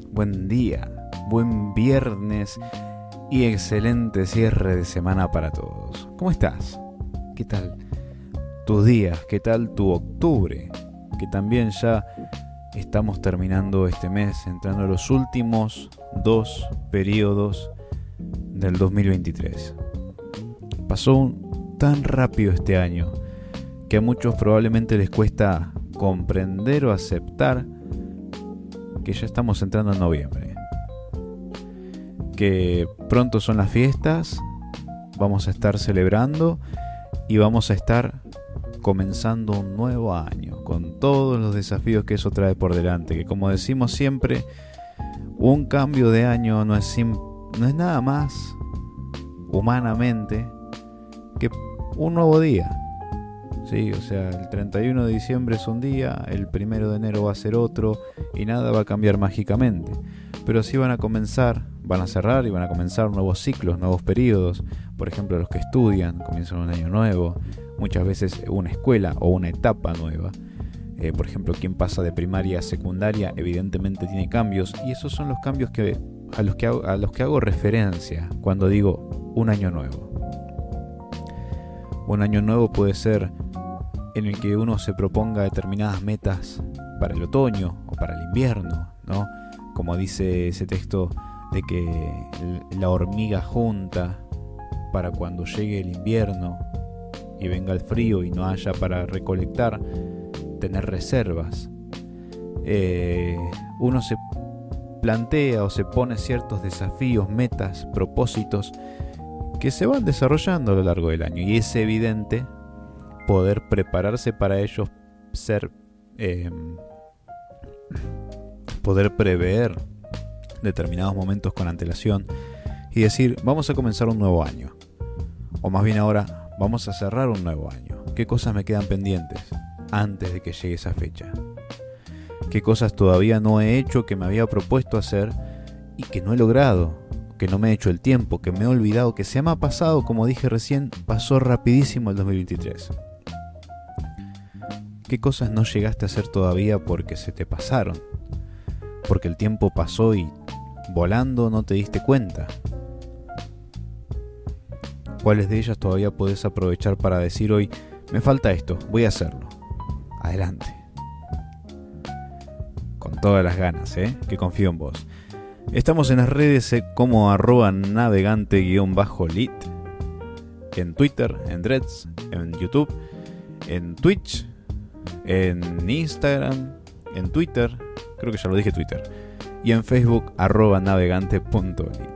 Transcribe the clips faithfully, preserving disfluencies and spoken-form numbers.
buen día, buen viernes y excelente cierre de semana para todos. ¿Cómo estás? ¿Qué tal tus días? ¿Qué tal tu octubre? Que también ya estamos terminando este mes, entrando a los últimos dos periodos del dos mil veintitrés. Pasó un, tan rápido este año que a muchos probablemente les cuesta comprender o aceptar que ya estamos entrando en noviembre, que pronto son las fiestas, vamos a estar celebrando y vamos a estar comenzando un nuevo año con todos los desafíos que eso trae por delante, que como decimos siempre, un cambio de año no es, sim- no es nada más humanamente que un nuevo día. Sí, o sea, el treinta y uno de diciembre es un día, el primero de enero va a ser otro y nada va a cambiar mágicamente. Pero sí van a comenzar, van a cerrar y van a comenzar nuevos ciclos, nuevos periodos. Por ejemplo, los que estudian, comienzan un año nuevo, muchas veces una escuela o una etapa nueva. Eh, por ejemplo, quien pasa de primaria a secundaria evidentemente tiene cambios y esos son los cambios que, a, los que hago, a los que hago referencia cuando digo un año nuevo. Un año nuevo puede ser en el que uno se proponga determinadas metas para el otoño o para el invierno, ¿no? Como dice ese texto de que la hormiga junta para cuando llegue el invierno y venga el frío y no haya para recolectar, tener reservas. Eh, uno se plantea o se pone ciertos desafíos, metas, propósitos que se van desarrollando a lo largo del año y es evidente poder prepararse para ellos, ser eh, poder prever determinados momentos con antelación y decir, vamos a comenzar un nuevo año, o más bien ahora vamos a cerrar un nuevo año. ¿Qué cosas me quedan pendientes antes de que llegue esa fecha? ¿Qué cosas todavía no he hecho que me había propuesto hacer y que no he logrado? Que no me he hecho el tiempo, que me he olvidado, que se me ha pasado, como dije recién, pasó rapidísimo el dos mil veintitrés. ¿Qué cosas no llegaste a hacer todavía porque se te pasaron? Porque el tiempo pasó y volando no te diste cuenta. ¿Cuáles de ellas todavía podés aprovechar para decir hoy, me falta esto, voy a hacerlo? Adelante. Con todas las ganas, ¿eh? Que confío en vos. Estamos en las redes como arroba navegante-lit, en Twitter, en Threads, en YouTube, en Twitch, en Instagram, en Twitter, creo que ya lo dije Twitter, y en Facebook arroba navegante.lit.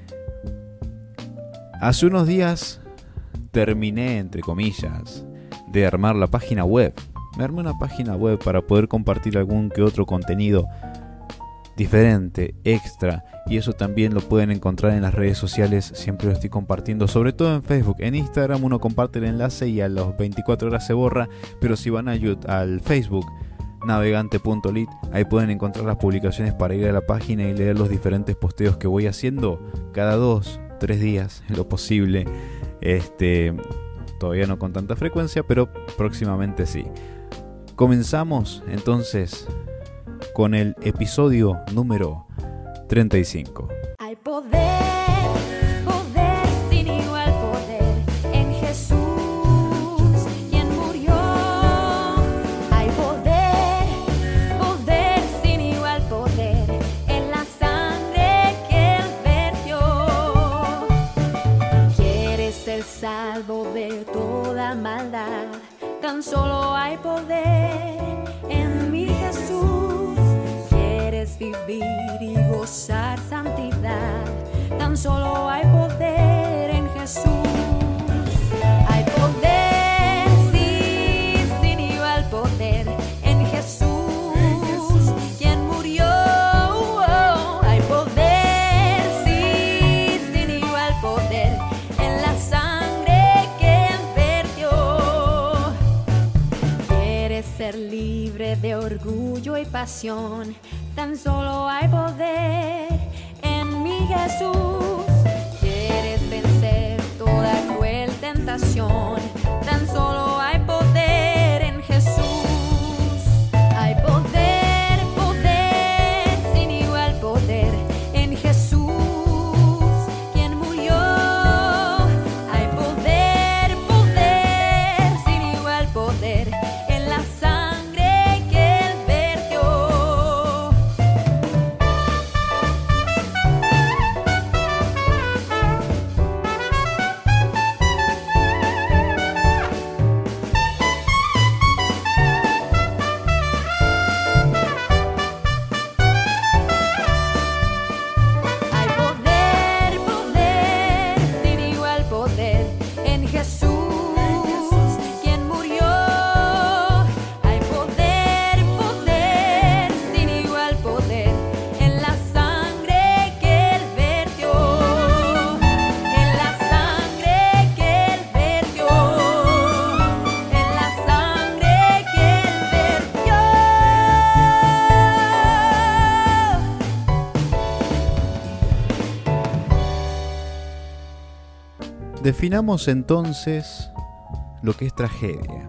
Hace unos días terminé, entre comillas, de armar la página web. Me armé una página web para poder compartir algún que otro contenido diferente, extra, y eso también lo pueden encontrar en las redes sociales. Siempre lo estoy compartiendo, sobre todo en Facebook. En Instagram uno comparte el enlace y a las veinticuatro horas se borra, pero si van a, al Facebook navegante.lit, ahí pueden encontrar las publicaciones para ir a la página y leer los diferentes posteos que voy haciendo cada dos, tres días en lo posible. Este, todavía no con tanta frecuencia, pero próximamente sí. Comenzamos entonces con el episodio número treinta y cinco. Hay poder, poder sin igual poder en Jesús, quien murió. Hay poder, poder sin igual poder en la sangre que Él vertió. Quieres ser salvo de toda maldad, tan solo hay poder en mi Jesús. Vivir y gozar santidad, tan solo hay poder en Jesús. Hay poder, sí, sin igual poder en Jesús, quien murió. Hay poder, sí, sin igual poder en la sangre que Él vertió. Quieres ser libre de orgullo y pasión, tan solo hay poder en mi Jesús. Quieres vencer toda cruel tentación, tan solo hay poder en Jesús. Hay poder, poder sin igual poder Definamos entonces lo que es tragedia.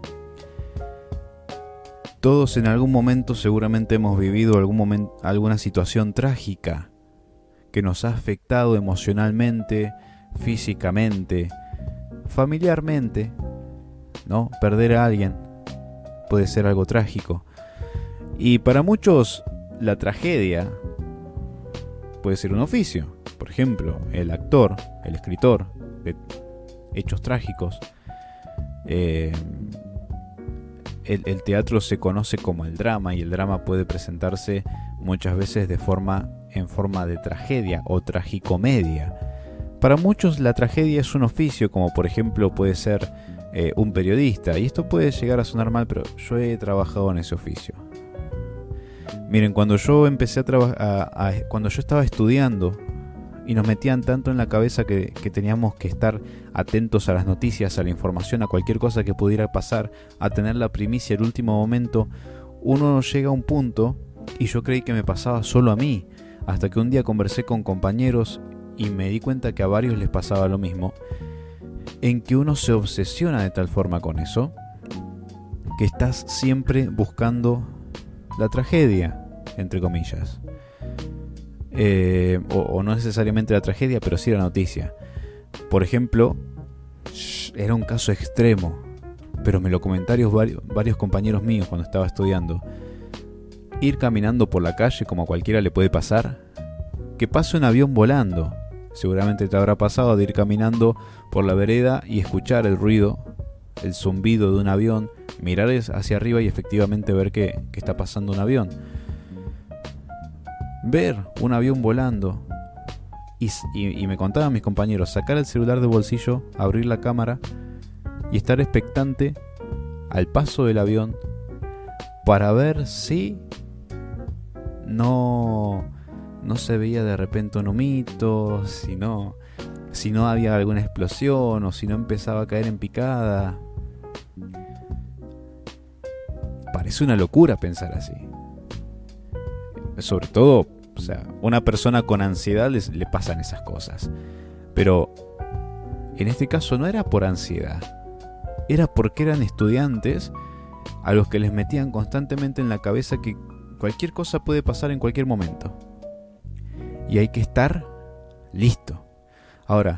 Todos en algún momento seguramente hemos vivido algún momento, alguna situación trágica que nos ha afectado emocionalmente, físicamente, familiarmente, ¿no? Perder a alguien puede ser algo trágico. Y para muchos la tragedia puede ser un oficio. Por ejemplo, el actor, el escritor de hechos trágicos. Eh, el, el teatro se conoce como el drama, y el drama puede presentarse muchas veces de forma, en forma de tragedia o tragicomedia. Para muchos la tragedia es un oficio, como por ejemplo puede ser eh, un periodista, y esto puede llegar a sonar mal, pero yo he trabajado en ese oficio. Miren, cuando yo empecé a trabajar, cuando yo estaba estudiando y nos metían tanto en la cabeza que, que teníamos que estar atentos a las noticias, a la información, a cualquier cosa que pudiera pasar, a tener la primicia el último momento, uno llega a un punto, y yo creí que me pasaba solo a mí, hasta que un día conversé con compañeros y me di cuenta que a varios les pasaba lo mismo, en que uno se obsesiona de tal forma con eso, que estás siempre buscando la tragedia, entre comillas. Eh, o, o no necesariamente la tragedia, pero sí la noticia. Por ejemplo, era un caso extremo, pero me lo comentaron varios, varios compañeros míos cuando estaba estudiando. Ir caminando por la calle, como a cualquiera le puede pasar, que pase un avión volando. Seguramente te habrá pasado de ir caminando por la vereda y escuchar el ruido, el zumbido de un avión, mirar hacia arriba y efectivamente ver que, que está pasando un avión. Ver un avión volando y, y, y me contaban mis compañeros, sacar el celular del bolsillo, abrir la cámara y estar expectante al paso del avión para ver si no, no se veía de repente un humito, si no, si no había alguna explosión o si no empezaba a caer en picada. Parece una locura pensar así. Sobre todo, o sea, una persona con ansiedad les, le pasan esas cosas. Pero en este caso no era por ansiedad, era porque eran estudiantes a los que les metían constantemente en la cabeza que cualquier cosa puede pasar en cualquier momento y hay que estar listo. Ahora,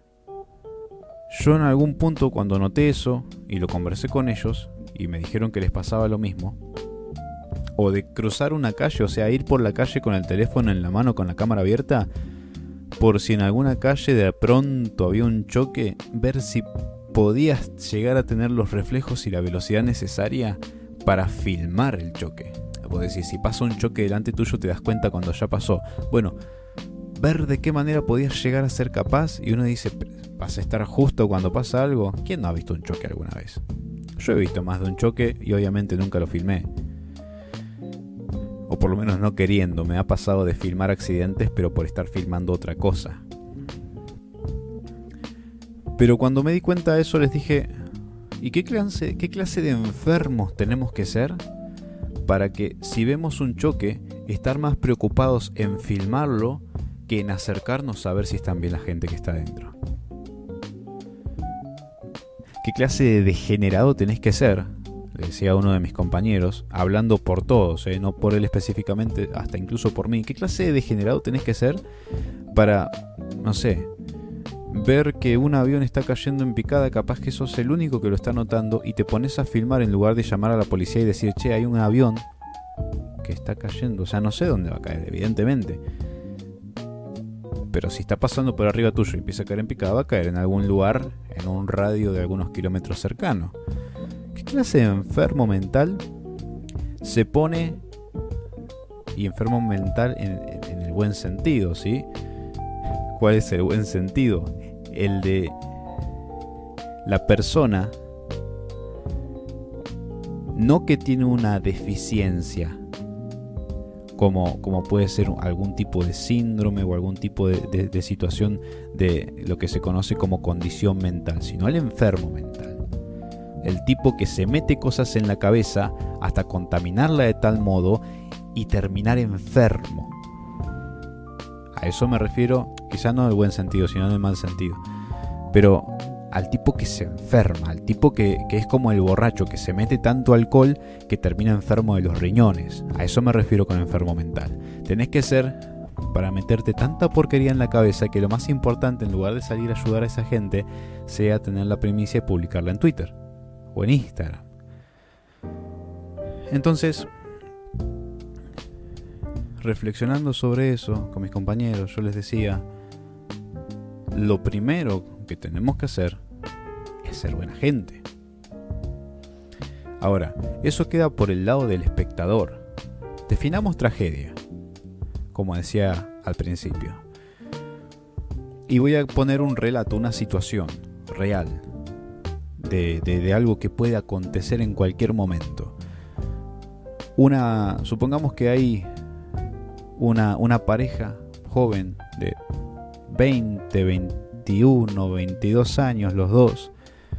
yo en algún punto cuando noté eso y lo conversé con ellos y me dijeron que les pasaba lo mismo, o de cruzar una calle, o sea, ir por la calle con el teléfono en la mano, con la cámara abierta, por si en alguna calle de pronto había un choque, ver si podías llegar a tener los reflejos y la velocidad necesaria para filmar el choque. Vos decís, si pasa un choque delante tuyo te das cuenta cuando ya pasó. Bueno, ver de qué manera podías llegar a ser capaz, y uno dice, ¿vas a estar justo cuando pasa algo? ¿Quién no ha visto un choque alguna vez? Yo he visto más de un choque y obviamente nunca lo filmé. O por lo menos no queriendo. Me ha pasado de filmar accidentes, pero por estar filmando otra cosa. Pero cuando me di cuenta de eso les dije, ¿y qué clase, qué clase de enfermos tenemos que ser para que si vemos un choque, estar más preocupados en filmarlo que en acercarnos a ver si están bien la gente que está dentro? ¿Qué clase de degenerado tenés que ser? Le decía a uno de mis compañeros, hablando por todos, ¿eh? No por él específicamente, hasta incluso por mí. ¿Qué clase de degenerado tenés que ser para, no sé, ver que un avión está cayendo en picada? Capaz que sos el único que lo está notando y te pones a filmar en lugar de llamar a la policía y decir, che, hay un avión que está cayendo. O sea, no sé dónde va a caer, evidentemente. Pero si está pasando por arriba tuyo y empieza a caer en picada, va a caer en algún lugar, en un radio de algunos kilómetros cercano. ¿Qué clase de enfermo mental se pone? Y enfermo mental en, en el buen sentido, ¿sí? ¿Cuál es el buen sentido? El de la persona no que tiene una deficiencia, como, como puede ser algún tipo de síndrome o algún tipo de, de, de situación de lo que se conoce como condición mental, sino el enfermo mental. El tipo que se mete cosas en la cabeza hasta contaminarla de tal modo y terminar enfermo. A eso me refiero, quizá no en el buen sentido, sino en el mal sentido. pero al tipo que se enferma, al tipo que, que es como el borracho, que se mete tanto alcohol que termina enfermo de los riñones. A eso me refiero con enfermo mental. Tenés que ser para meterte tanta porquería en la cabeza que lo más importante, en lugar de salir a ayudar a esa gente, sea tener la primicia y publicarla en Twitter o en Instagram. Entonces, reflexionando sobre eso con mis compañeros, yo les decía, lo primero que tenemos que hacer es ser buena gente. Ahora, eso queda por el lado del espectador. Definamos tragedia, como decía al principio. Y voy a poner un relato, una situación real de, de, de algo que puede acontecer en cualquier momento. Una, supongamos que hay una, una pareja joven de veinte, veintiuno, veintidós años, los dos,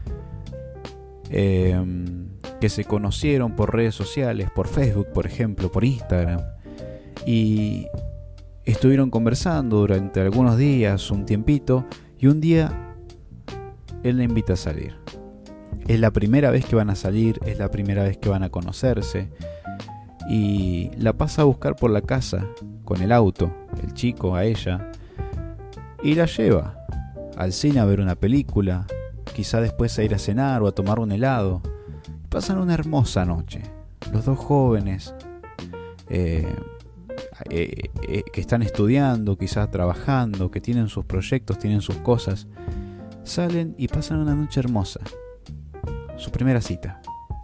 eh, que se conocieron por redes sociales, por Facebook, por ejemplo, por Instagram, y estuvieron conversando durante algunos días, un tiempito, y un día él la invita a salir. Es la primera vez que van a salir, es la primera vez que van a conocerse, y la pasa a buscar por la casa con el auto, el chico a ella, y la lleva al cine a ver una película, quizá después a ir a cenar o a tomar un helado. Pasan una hermosa noche, los dos jóvenes eh, eh, eh, que están estudiando, quizás trabajando, que tienen sus proyectos, tienen sus cosas, salen y pasan una noche hermosa, su primera cita.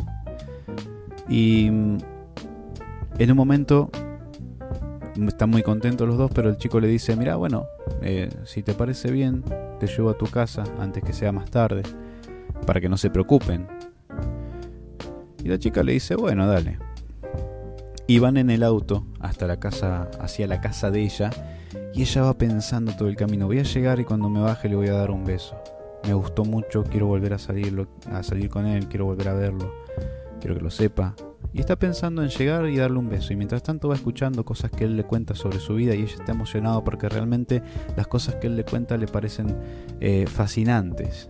Y en un momento están muy contentos los dos, pero el chico le dice, mira, bueno, eh, si te parece bien, te llevo a tu casa antes que sea más tarde, para que no se preocupen. Y la chica le dice, bueno, dale. Y van en el auto hasta la casa, hacia la casa de ella, y ella va pensando todo el camino, voy a llegar y cuando me baje le voy a dar un beso. Me gustó mucho, quiero volver a salir, a salir con él, quiero volver a verlo, quiero que lo sepa. Y está pensando en llegar y darle un beso. Y mientras tanto va escuchando cosas que él le cuenta sobre su vida. Y ella está emocionada porque realmente las cosas que él le cuenta le parecen eh, fascinantes.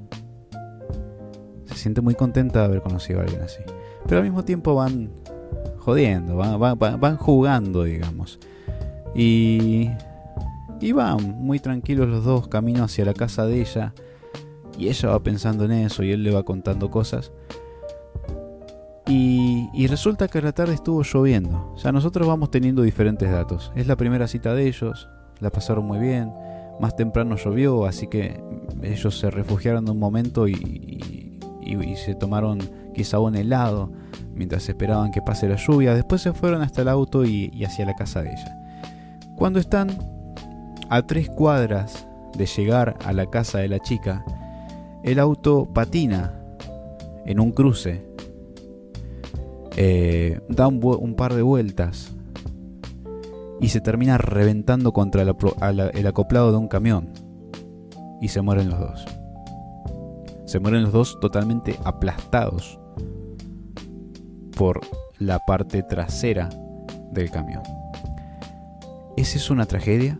Se siente muy contenta de haber conocido a alguien así. Pero al mismo tiempo van jodiendo, van, van, van jugando, digamos. Y, y van muy tranquilos los dos camino hacia la casa de ella. Y ella va pensando en eso y él le va contando cosas. Y, y resulta que a la tarde estuvo lloviendo. O sea, nosotros vamos teniendo diferentes datos. Es la primera cita de ellos, la pasaron muy bien. Más temprano llovió, así que ellos se refugiaron un momento y, y, y, y se tomaron quizá un helado mientras esperaban que pase la lluvia. Después se fueron hasta el auto y, y hacia la casa de ella. Cuando están a tres cuadras de llegar a la casa de la chica, el auto patina en un cruce. Eh, da un, un par de vueltas y se termina reventando contra el, el acoplado de un camión y se mueren los dos. Se mueren los dos totalmente aplastados por la parte trasera del camión. ¿Esa es una tragedia?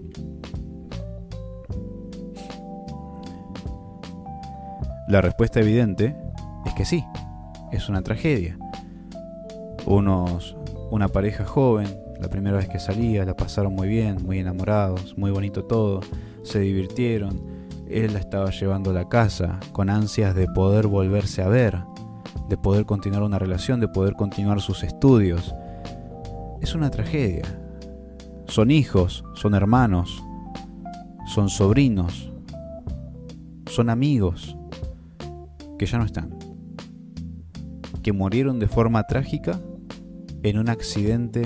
La respuesta evidente es que sí, es una tragedia. Unos, una pareja joven, la primera vez que salía, la pasaron muy bien, muy enamorados, muy bonito todo, se divirtieron, él la estaba llevando a la casa con ansias de poder volverse a ver, de poder continuar una relación, de poder continuar sus estudios. Es una tragedia. Son hijos, son hermanos, son sobrinos, son amigos que ya no están, que murieron de forma trágica en un accidente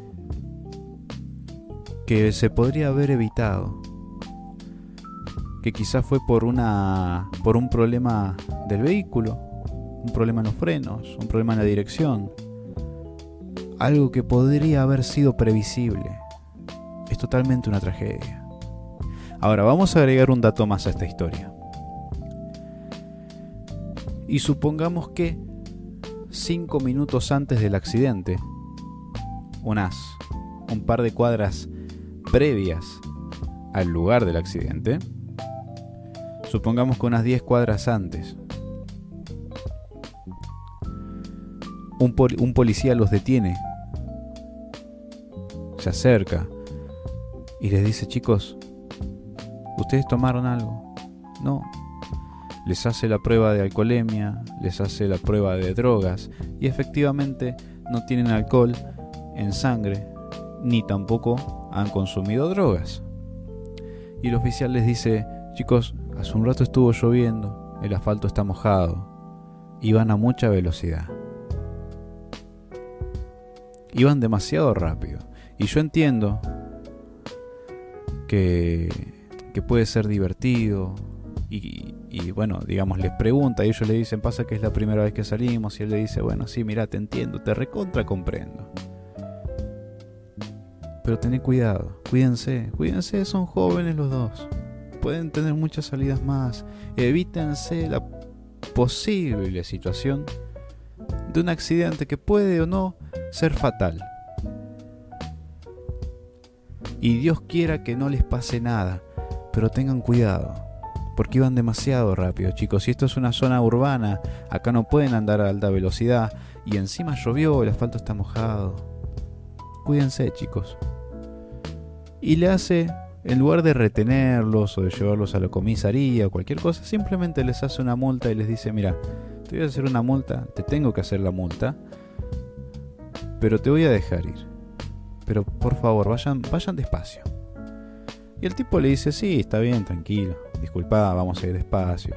que se podría haber evitado, que quizás fue por una por un problema del vehículo, un problema en los frenos, un problema en la dirección, algo que podría haber sido previsible. Es totalmente una tragedia. Ahora vamos a agregar un dato más a esta historia. Y supongamos que cinco minutos antes del accidente, unas un par de cuadras previas al lugar del accidente, Supongamos que unas diez cuadras antes, un, pol- un policía los detiene, se acerca y les dice: chicos, ¿ustedes tomaron algo? No. Les hace la prueba de alcoholemia, les hace la prueba de drogas y efectivamente no tienen alcohol en sangre ni tampoco han consumido drogas. Y el oficial les dice: chicos, hace un rato estuvo lloviendo, el asfalto está mojado, iban a mucha velocidad, iban demasiado rápido. Y yo entiendo que, que puede ser divertido y, y bueno, digamos, les pregunta y ellos le dicen: pasa que es la primera vez que salimos, y él le dice: bueno, sí, mira, te entiendo, te recontra comprendo, pero tened cuidado, cuídense, cuídense, son jóvenes los dos, pueden tener muchas salidas más, evítense la posible situación de un accidente que puede o no ser fatal. Y Dios quiera que no les pase nada, pero tengan cuidado, porque iban demasiado rápido, chicos. Si esto es una zona urbana, acá no pueden andar a alta velocidad, y encima llovió, el asfalto está mojado. Cuídense, chicos. Y le hace, en lugar de retenerlos o de llevarlos a la comisaría o cualquier cosa, simplemente les hace una multa y les dice: mira, te voy a hacer una multa, te tengo que hacer la multa, pero te voy a dejar ir. Pero por favor, vayan, vayan despacio. Y el tipo le dice: sí, está bien, tranquilo, disculpa, vamos a ir despacio.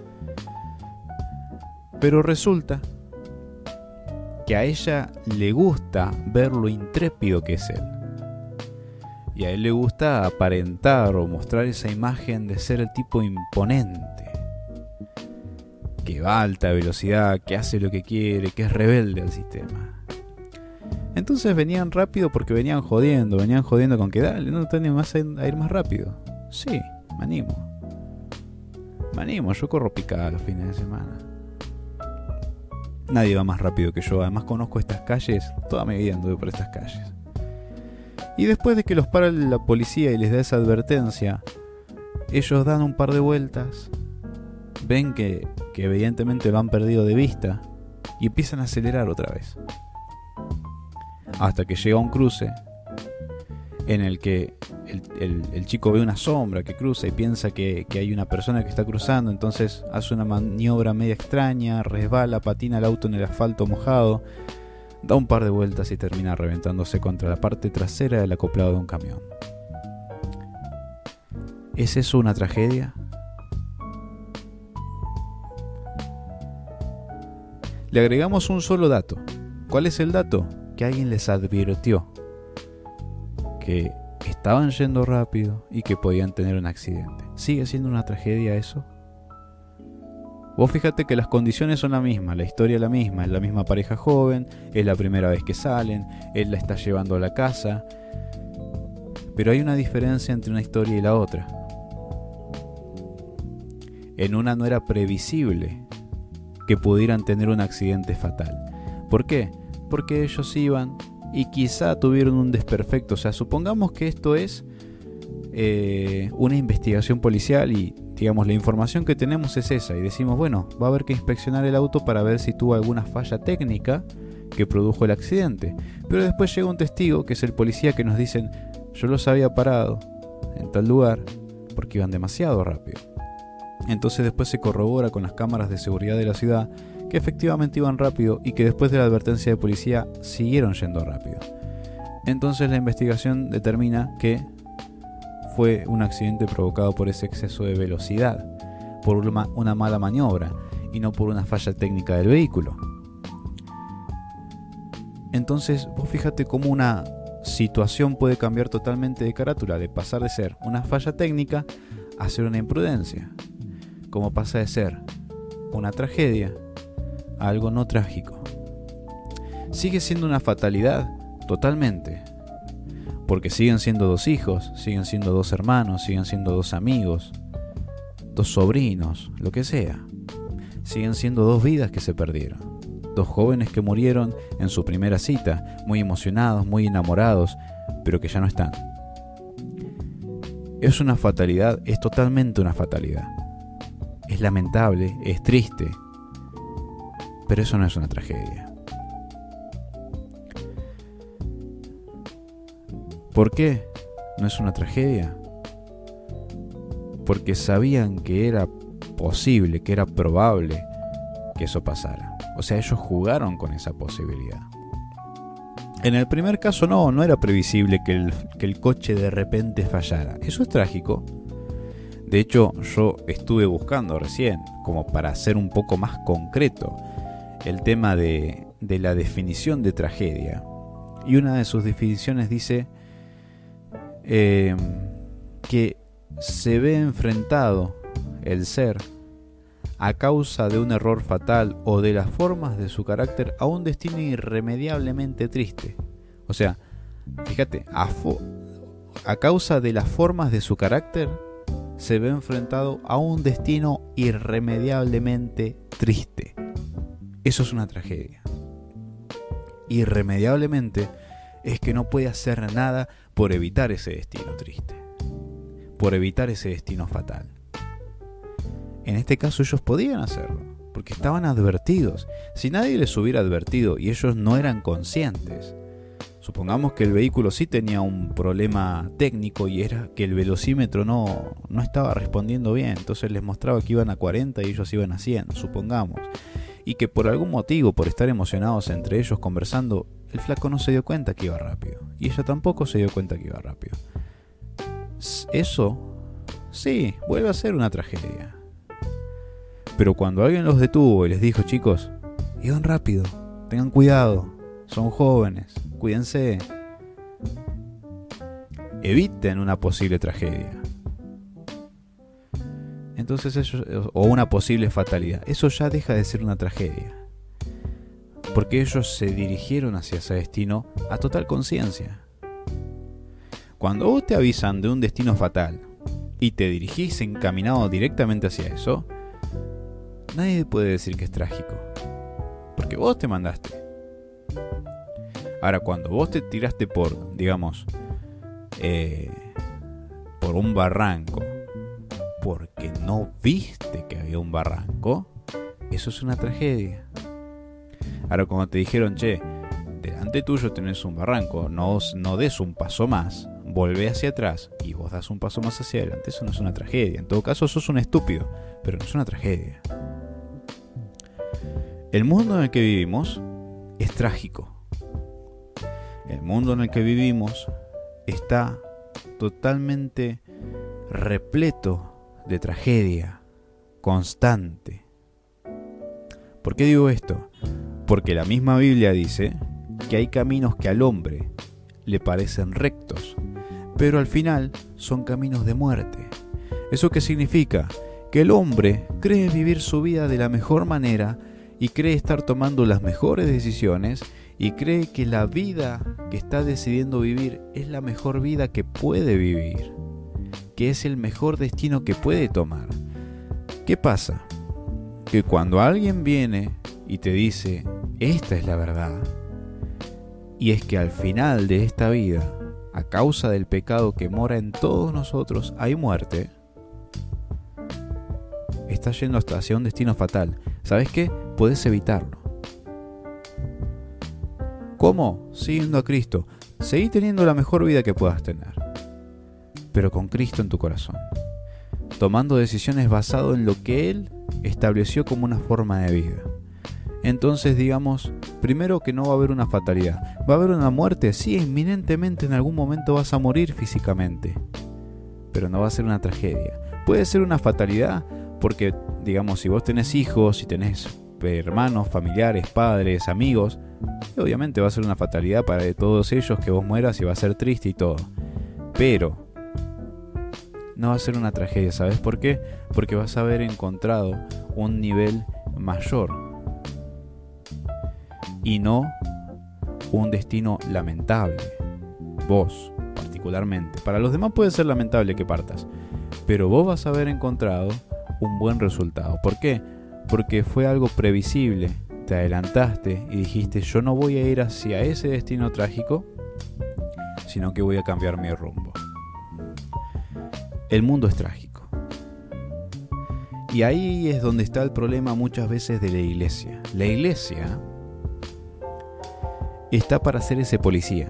Pero resulta que a ella le gusta ver lo intrépido que es él. Y a él le gusta aparentar o mostrar esa imagen de ser el tipo imponente, que va a alta velocidad, que hace lo que quiere, que es rebelde al sistema. Entonces venían rápido porque venían jodiendo, venían jodiendo con que dale, no te animas a ir más rápido. Sí, me animo. Me animo, yo corro picada los fines de semana. Nadie va más rápido que yo, además conozco estas calles, toda mi vida anduve por estas calles. Y después de que los para la policía y les da esa advertencia, ellos dan un par de vueltas, ven que, que evidentemente lo han perdido de vista y empiezan a acelerar otra vez. Hasta que llega un cruce en el que el, el, el chico ve una sombra que cruza y piensa que, que hay una persona que está cruzando, entonces hace una maniobra media extraña, resbala, patina el auto en el asfalto mojado, da un par de vueltas y termina reventándose contra la parte trasera del acoplado de un camión. ¿Es eso una tragedia? Le agregamos un solo dato. ¿Cuál es el dato? Que alguien les advirtió que estaban yendo rápido y que podían tener un accidente. ¿Sigue siendo una tragedia eso? Vos fíjate que las condiciones son las mismas, la historia es la misma, es la misma pareja joven, es la primera vez que salen, él la está llevando a la casa, pero hay una diferencia entre una historia y la otra. En una no era previsible que pudieran tener un accidente fatal. ¿Por qué? Porque ellos iban y quizá tuvieron un desperfecto. O sea, supongamos que esto es eh, una investigación policial y, digamos, la información que tenemos es esa. Y decimos, bueno, va a haber que inspeccionar el auto para ver si tuvo alguna falla técnica que produjo el accidente. Pero después llega un testigo, que es el policía, que nos dicen: yo los había parado en tal lugar porque iban demasiado rápido. Entonces después se corrobora con las cámaras de seguridad de la ciudad que efectivamente iban rápido y que después de la advertencia de policía siguieron yendo rápido. Entonces la investigación determina que fue un accidente provocado por ese exceso de velocidad, por una, una mala maniobra y no por una falla técnica del vehículo. Entonces vos fíjate cómo una situación puede cambiar totalmente de carátula, de pasar de ser una falla técnica a ser una imprudencia, como pasa de ser una tragedia a algo no trágico. Sigue siendo una fatalidad, totalmente, porque siguen siendo dos hijos, siguen siendo dos hermanos, siguen siendo dos amigos, dos sobrinos, lo que sea. Siguen siendo dos vidas que se perdieron, dos jóvenes que murieron en su primera cita, muy emocionados, muy enamorados, pero que ya no están. Es una fatalidad, es totalmente una fatalidad. es lamentable, es triste, pero eso no es una tragedia. ¿Por qué no es una tragedia? Porque sabían que era posible, que era probable que eso pasara. O sea, ellos jugaron con esa posibilidad. En el primer caso no, no era previsible que el, que el coche de repente fallara. Eso es trágico. De hecho, yo estuve buscando recién, como para hacer un poco más concreto, el tema de, de la definición de tragedia. Y una de sus definiciones dice eh, que se ve enfrentado el ser a causa de un error fatal o de las formas de su carácter a un destino irremediablemente triste. O sea, fíjate, a, fo- a causa de las formas de su carácter se ve enfrentado a un destino irremediablemente triste. Eso es una tragedia. Irremediablemente es que no puede hacer nada por evitar ese destino triste, por evitar ese destino fatal. En este caso ellos podían hacerlo, porque estaban advertidos. Si nadie les hubiera advertido y ellos no eran conscientes, supongamos que el vehículo sí tenía un problema técnico y era que el velocímetro no, no estaba respondiendo bien, entonces les mostraba que iban a cuarenta y ellos iban a cien, supongamos, y que por algún motivo, por estar emocionados entre ellos conversando, el flaco no se dio cuenta que iba rápido, y ella tampoco se dio cuenta que iba rápido. Eso, sí, vuelve a ser una tragedia. Pero cuando alguien los detuvo y les dijo, chicos, iban rápido, tengan cuidado, son jóvenes, cuídense, eviten una posible tragedia. Entonces ellos, o una posible fatalidad, eso ya deja de ser una tragedia. Porque ellos se dirigieron hacia ese destino a total conciencia. Cuando vos te avisan de un destino fatal y te dirigís encaminado directamente hacia eso, nadie puede decir que es trágico, porque vos te mandaste. Ahora, cuando vos te tiraste por, digamos, eh, por un barranco, porque no viste que había un barranco, eso es una tragedia. Ahora, cuando te dijeron, che, delante tuyo tenés un barranco, no, no des un paso más, volvé hacia atrás y vos das un paso más hacia adelante, eso no es una tragedia. En todo caso, sos un estúpido, pero no es una tragedia. El mundo en el que vivimos es trágico. El mundo en el que vivimos está totalmente repleto de tragedia constante. ¿Por qué digo esto? Porque la misma Biblia dice que hay caminos que al hombre le parecen rectos, pero al final son caminos de muerte. ¿Eso qué significa? Que el hombre cree vivir su vida de la mejor manera y cree estar tomando las mejores decisiones y cree que la vida que está decidiendo vivir es la mejor vida que puede vivir, que es el mejor destino que puede tomar. ¿Qué pasa? Que cuando alguien viene y te dice, esta es la verdad, y es que al final de esta vida, a causa del pecado que mora en todos nosotros, hay muerte, estás yendo hasta hacia un destino fatal. ¿Sabes qué? Puedes evitarlo. ¿Cómo? Siguiendo a Cristo. Seguí teniendo la mejor vida que puedas tener, pero con Cristo en tu corazón, tomando decisiones basado en lo que Él estableció como una forma de vida. Entonces digamos, primero que no va a haber una fatalidad. ¿Va a haber una muerte? Sí, inminentemente en algún momento vas a morir físicamente, pero no va a ser una tragedia. Puede ser una fatalidad porque, digamos, si vos tenés hijos, si tenés hermanos, familiares, padres, amigos, obviamente va a ser una fatalidad para todos ellos que vos mueras y va a ser triste y todo. Pero no va a ser una tragedia, ¿sabes por qué? Porque vas a haber encontrado un nivel mayor y no un destino lamentable. Vos, particularmente. Para los demás puede ser lamentable que partas, pero vos vas a haber encontrado un buen resultado. ¿Por qué? Porque fue algo previsible. Te adelantaste y dijiste, yo no voy a ir hacia ese destino trágico, sino que voy a cambiar mi rumbo. El mundo es trágico. Y ahí es donde está el problema muchas veces de la iglesia. La iglesia está para ser ese policía.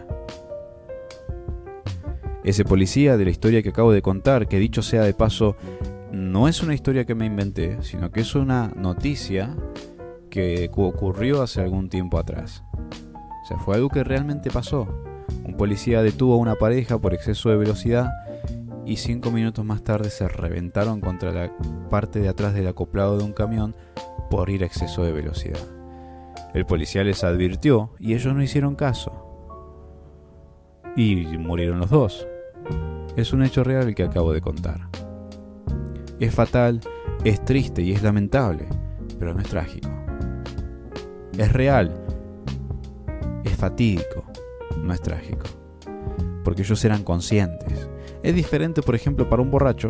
Ese policía de la historia que acabo de contar, que dicho sea de paso, no es una historia que me inventé, sino que es una noticia que ocurrió hace algún tiempo atrás. O sea, fue algo que realmente pasó. Un policía detuvo a una pareja por exceso de velocidad y cinco minutos más tarde se reventaron contra la parte de atrás del acoplado de un camión por ir a exceso de velocidad. El policía les advirtió y ellos no hicieron caso. Y murieron los dos. Es un hecho real el que acabo de contar. Es fatal, es triste y es lamentable, pero no es trágico. Es real, es fatídico, no es trágico. Porque ellos eran conscientes. Es diferente, por ejemplo, para un borracho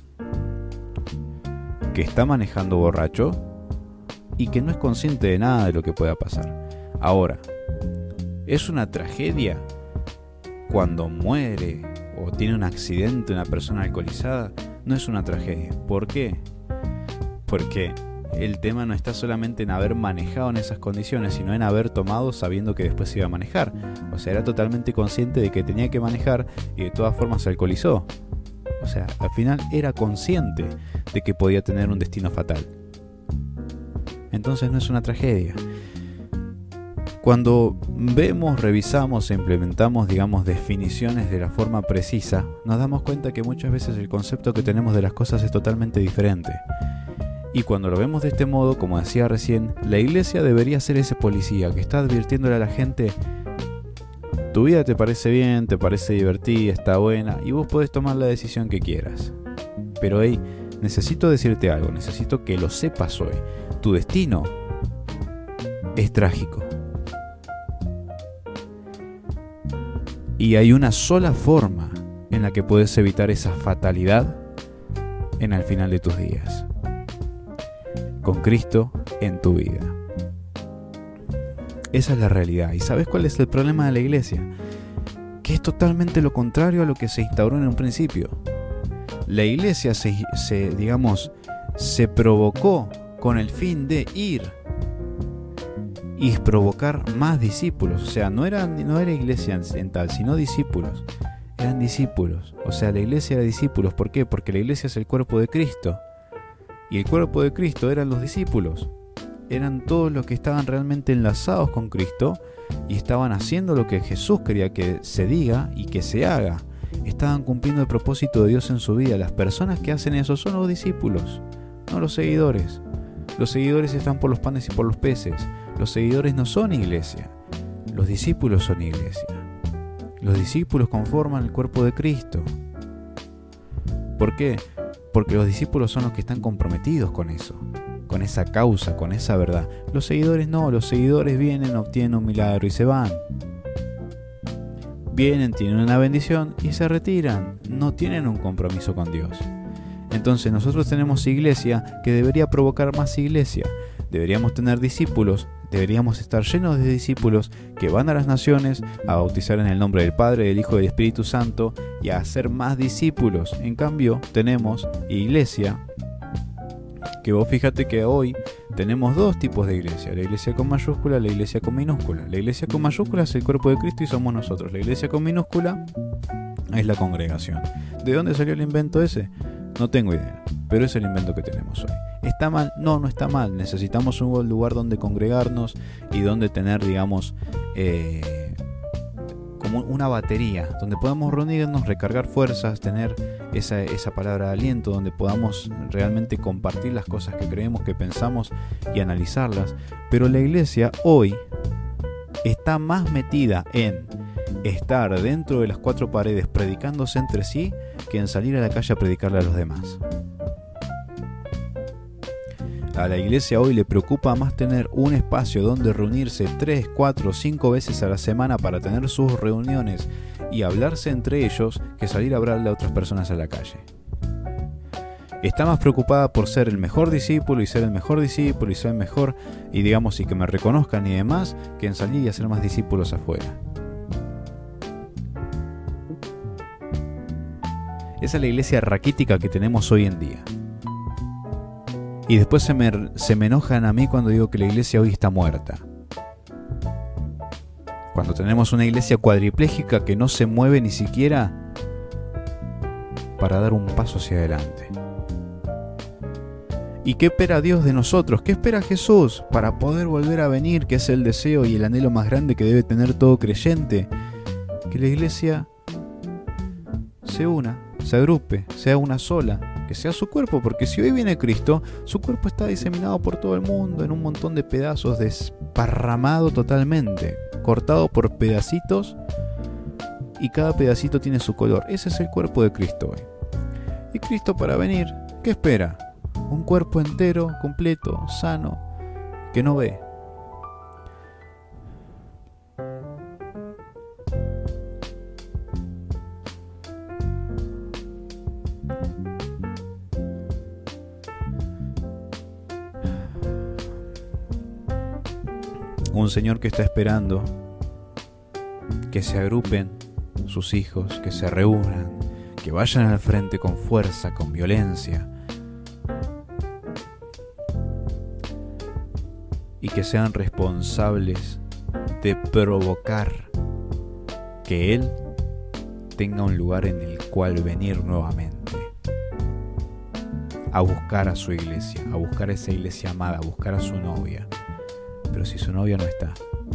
que está manejando borracho y que no es consciente de nada de lo que pueda pasar. Ahora, es una tragedia cuando muere o tiene un accidente una persona alcoholizada. No es una tragedia. ¿Por qué? Porque el tema no está solamente en haber manejado en esas condiciones, sino en haber tomado sabiendo que después se iba a manejar. O sea, era totalmente consciente de que tenía que manejar y de todas formas se alcoholizó. O sea, al final era consciente de que podía tener un destino fatal. Entonces no es una tragedia. Cuando vemos, revisamos e implementamos, digamos, definiciones de la forma precisa, nos damos cuenta que muchas veces el concepto que tenemos de las cosas es totalmente diferente. Y cuando lo vemos de este modo, como decía recién, la iglesia debería ser ese policía que está advirtiéndole a la gente: tu vida te parece bien, te parece divertida, está buena, y vos podés tomar la decisión que quieras. Pero hey, necesito decirte algo, necesito que lo sepas hoy. Tu destino es trágico. Y hay una sola forma en la que puedes evitar esa fatalidad en el final de tus días: con Cristo en tu vida. Esa es la realidad. ¿Y sabes cuál es el problema de la iglesia? Que es totalmente lo contrario a lo que se instauró en un principio. La iglesia se, se digamos, se provocó con el fin de ir y provocar más discípulos. O sea, no era, no era iglesia en tal, sino discípulos. Eran discípulos. O sea, la iglesia era discípulos. ¿Por qué? Porque la iglesia es el cuerpo de Cristo. Y el cuerpo de Cristo eran los discípulos. Eran todos los que estaban realmente enlazados con Cristo y estaban haciendo lo que Jesús quería que se diga y que se haga. Estaban cumpliendo el propósito de Dios en su vida. Las personas que hacen eso son los discípulos, no los seguidores. Los seguidores están por los panes y por los peces. Los seguidores no son iglesia. Los discípulos son iglesia. Los discípulos conforman el cuerpo de Cristo. ¿Por qué? Porque los discípulos son los que están comprometidos con eso, con esa causa, con esa verdad. Los seguidores no, los seguidores vienen, obtienen un milagro y se van. Vienen, tienen una bendición y se retiran. No tienen un compromiso con Dios. Entonces nosotros tenemos iglesia que debería provocar más iglesia. Deberíamos tener discípulos, deberíamos estar llenos de discípulos que van a las naciones a bautizar en el nombre del Padre, del Hijo y del Espíritu Santo y a hacer más discípulos. En cambio, tenemos iglesia, que vos fíjate que hoy tenemos dos tipos de iglesia: la iglesia con mayúscula y la iglesia con minúscula. La iglesia con mayúscula es el cuerpo de Cristo y somos nosotros. La iglesia con minúscula es la congregación. ¿De dónde salió el invento ese? No tengo idea, pero es el invento que tenemos hoy. ¿Está mal? No, no está mal. Necesitamos un lugar donde congregarnos y donde tener, digamos, eh, como una batería, donde podamos reunirnos, recargar fuerzas, tener esa, esa palabra de aliento, donde podamos realmente compartir las cosas que creemos, que pensamos y analizarlas. Pero la iglesia hoy está más metida en estar dentro de las cuatro paredes predicándose entre sí que en salir a la calle a predicarle a los demás. A la iglesia hoy le preocupa más tener un espacio donde reunirse tres, cuatro, cinco veces a la semana para tener sus reuniones y hablarse entre ellos que salir a hablarle a otras personas a la calle. Está más preocupada por ser el mejor discípulo y ser el mejor discípulo y ser el mejor y digamos y que me reconozcan y demás que en salir y hacer más discípulos afuera. Esa es la iglesia raquítica que tenemos hoy en día. Y después se me, se me enojan a mí cuando digo que la iglesia hoy está muerta. Cuando tenemos una iglesia cuadripléjica que no se mueve ni siquiera para dar un paso hacia adelante. ¿Y qué espera Dios de nosotros? ¿Qué espera Jesús para poder volver a venir? Que es el deseo y el anhelo más grande que debe tener todo creyente. Que la iglesia se una, se agrupe, sea una sola, que sea su cuerpo. Porque si hoy viene Cristo, su cuerpo está diseminado por todo el mundo en un montón de pedazos, desparramado totalmente, cortado por pedacitos, y cada pedacito tiene su color. Ese es el cuerpo de Cristo hoy. Y Cristo, para venir, ¿qué espera? Un cuerpo entero, completo, sano, que no ve. Un Señor que está esperando que se agrupen sus hijos, que se reúnan, que vayan al frente con fuerza, con violencia, y que sean responsables de provocar que Él tenga un lugar en el cual venir nuevamente, a buscar a su iglesia, a buscar a esa iglesia amada, a buscar a su novia. Pero si su novia no está,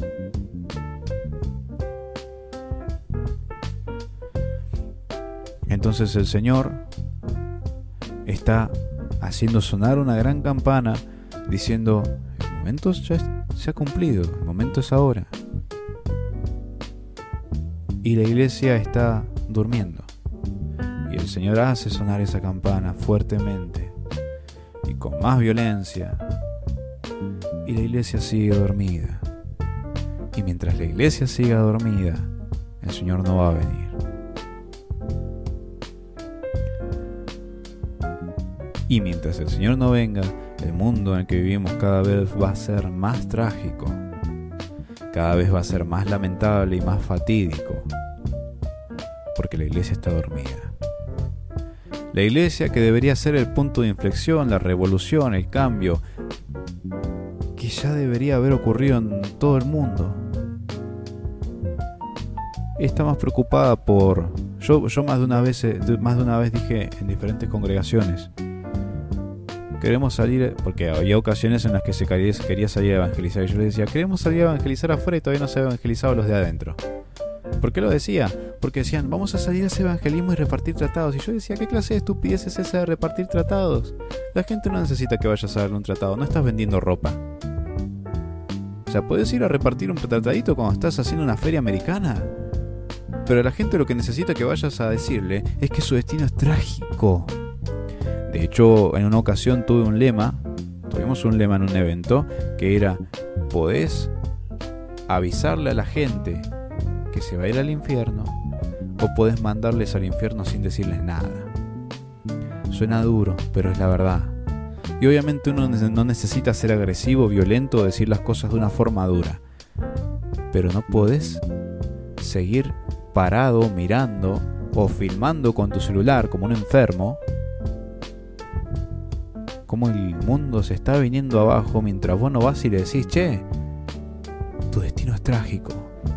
entonces el Señor está haciendo sonar una gran campana diciendo: el momento ya se ha cumplido, el momento es ahora. Y la iglesia está durmiendo. Y el Señor hace sonar esa campana fuertemente y con más violencia. Y la iglesia sigue dormida. Y mientras la iglesia siga dormida, el Señor no va a venir. Y mientras el Señor no venga, el mundo en el que vivimos cada vez va a ser más trágico, cada vez va a ser más lamentable y más fatídico, porque la iglesia está dormida. La iglesia, que debería ser el punto de inflexión, la revolución, el cambio, que ya debería haber ocurrido en todo el mundo, está más preocupada por... Yo, yo más de una vez, más de una vez dije en diferentes congregaciones: queremos salir, porque había ocasiones en las que se quería, quería salir a evangelizar, y yo les decía: queremos salir a evangelizar afuera y todavía no se han evangelizado los de adentro. ¿Por qué lo decía? Porque decían: vamos a salir a hacer evangelismo y repartir tratados. Y yo decía: ¿qué clase de estupidez es esa de repartir tratados? La gente no necesita que vayas a darle un tratado, no estás vendiendo ropa. O sea, puedes ir a repartir un tratadito cuando estás haciendo una feria americana, pero la gente lo que necesita que vayas a decirle es que su destino es trágico. De hecho, en una ocasión tuve un lema, tuvimos un lema en un evento, que era: podés avisarle a la gente que se va a ir al infierno, o podés mandarles al infierno sin decirles nada. Suena duro, pero es la verdad. Y obviamente uno no necesita ser agresivo, violento o decir las cosas de una forma dura, pero no podés seguir parado mirando o filmando con tu celular como un enfermo cómo el mundo se está viniendo abajo, mientras vos no vas y le decís: che, tu destino es trágico,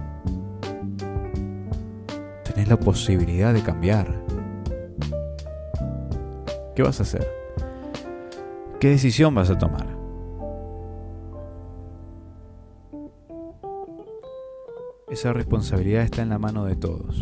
tenés la posibilidad de cambiar. ¿Qué vas a hacer? ¿Qué decisión vas a tomar? Esa responsabilidad está en la mano de todos,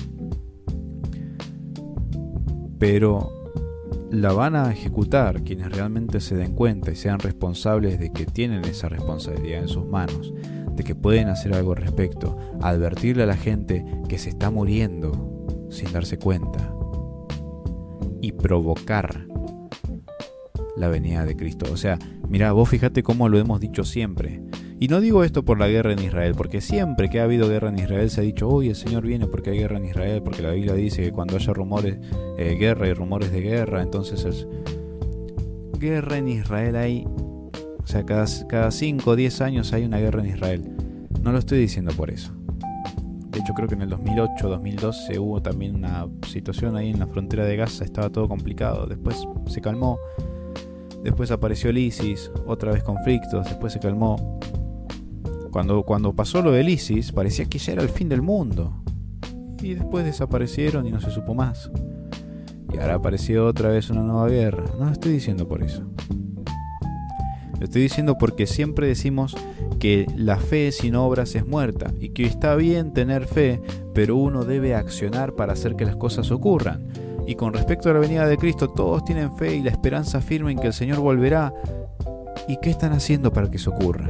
pero la van a ejecutar quienes realmente se den cuenta y sean responsables de que tienen esa responsabilidad en sus manos, de que pueden hacer algo al respecto, advertirle a la gente que se está muriendo sin darse cuenta y provocar la venida de Cristo. O sea, mirá, vos fíjate cómo lo hemos dicho siempre. Y no digo esto por la guerra en Israel, porque siempre que ha habido guerra en Israel se ha dicho: uy, el Señor viene porque hay guerra en Israel, porque la Biblia dice que cuando haya rumores de eh, guerra y rumores de guerra, entonces es... guerra en Israel hay... O sea, cada, cada cinco o diez años hay una guerra en Israel. No lo estoy diciendo por eso. De hecho, creo que en el dos mil ocho, dos mil doce hubo también una situación ahí en la frontera de Gaza, estaba todo complicado. Después se calmó. después apareció el ISIS, otra vez conflictos, después se calmó. Cuando, cuando pasó lo del ISIS, parecía que ya era el fin del mundo. Y después desaparecieron y no se supo más. Y ahora apareció otra vez una nueva guerra. No lo estoy diciendo por eso. Lo estoy diciendo porque siempre decimos que la fe sin obras es muerta y que está bien tener fe, pero uno debe accionar para hacer que las cosas ocurran. Y con respecto a la venida de Cristo, todos tienen fe y la esperanza firme en que el Señor volverá. ¿Y qué están haciendo para que eso ocurra?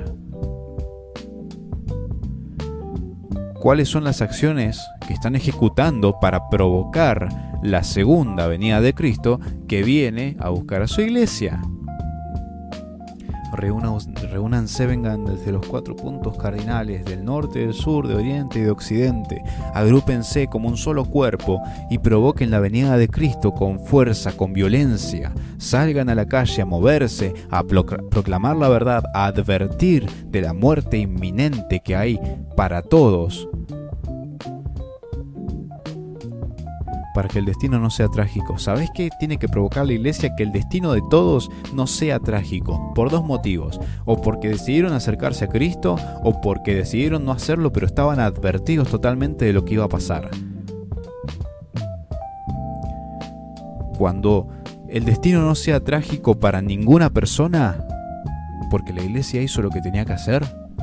¿Cuáles son las acciones que están ejecutando para provocar la segunda venida de Cristo que viene a buscar a su iglesia? Reúnanse, vengan desde los cuatro puntos cardinales del norte, del sur, de oriente y de occidente. Agrúpense como un solo cuerpo y provoquen la venida de Cristo con fuerza, con violencia. Salgan a la calle a moverse, a proclamar la verdad, a advertir de la muerte inminente que hay para todos, para que el destino no sea trágico. ¿Sabés qué tiene que provocar la iglesia? Que el destino de todos no sea trágico, por dos motivos: o porque decidieron acercarse a Cristo, o porque decidieron no hacerlo pero estaban advertidos totalmente de lo que iba a pasar. Cuando el destino no sea trágico para ninguna persona, porque la iglesia hizo lo que tenía que hacer,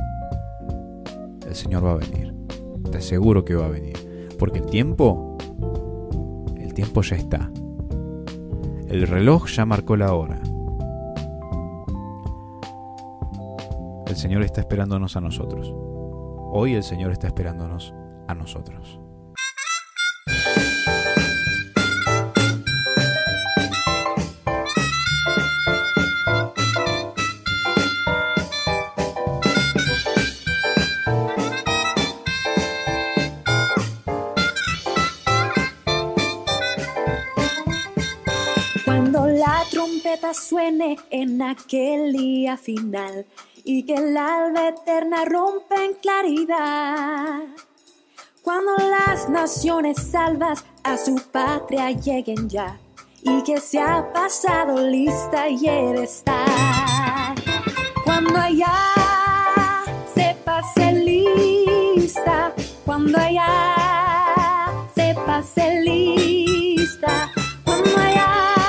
el Señor va a venir. Te aseguro que va a venir, porque el tiempo El tiempo ya está. El reloj ya marcó la hora. El Señor está esperándonos a nosotros. Hoy el Señor está esperándonos a nosotros. Suene en aquel día final y que el alba eterna rompe en claridad. Cuando las naciones salvas a su patria lleguen ya y que se ha pasado lista y he de estar. Cuando allá se pase lista, cuando allá se pase lista, cuando allá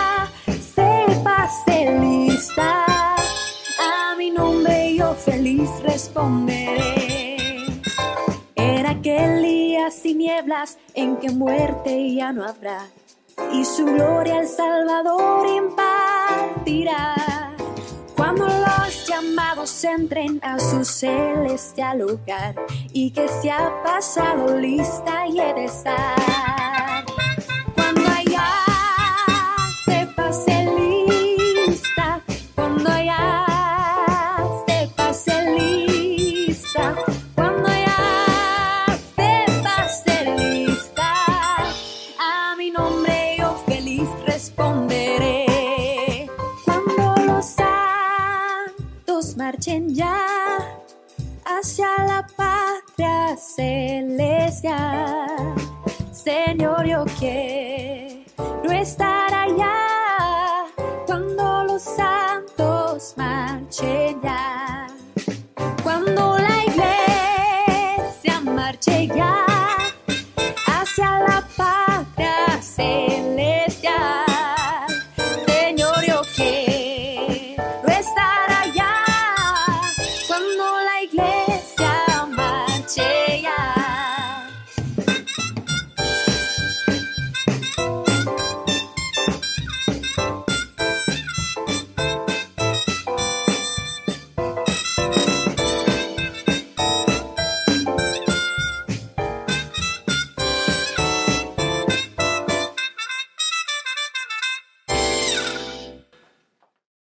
se lista, a mi nombre yo feliz responderé. En aquel día sin nieblas en que muerte ya no habrá, y su gloria el Salvador impartirá. Cuando los llamados entren a su celestial hogar y que se ha pasado lista y he de estar. Cuando allá se pase lista, cuando ya se pase lista, cuando ya se pase lista, a mi nombre yo feliz responderé. Cuando los santos marchen ya hacia la patria celestial, Señor, yo quiero estar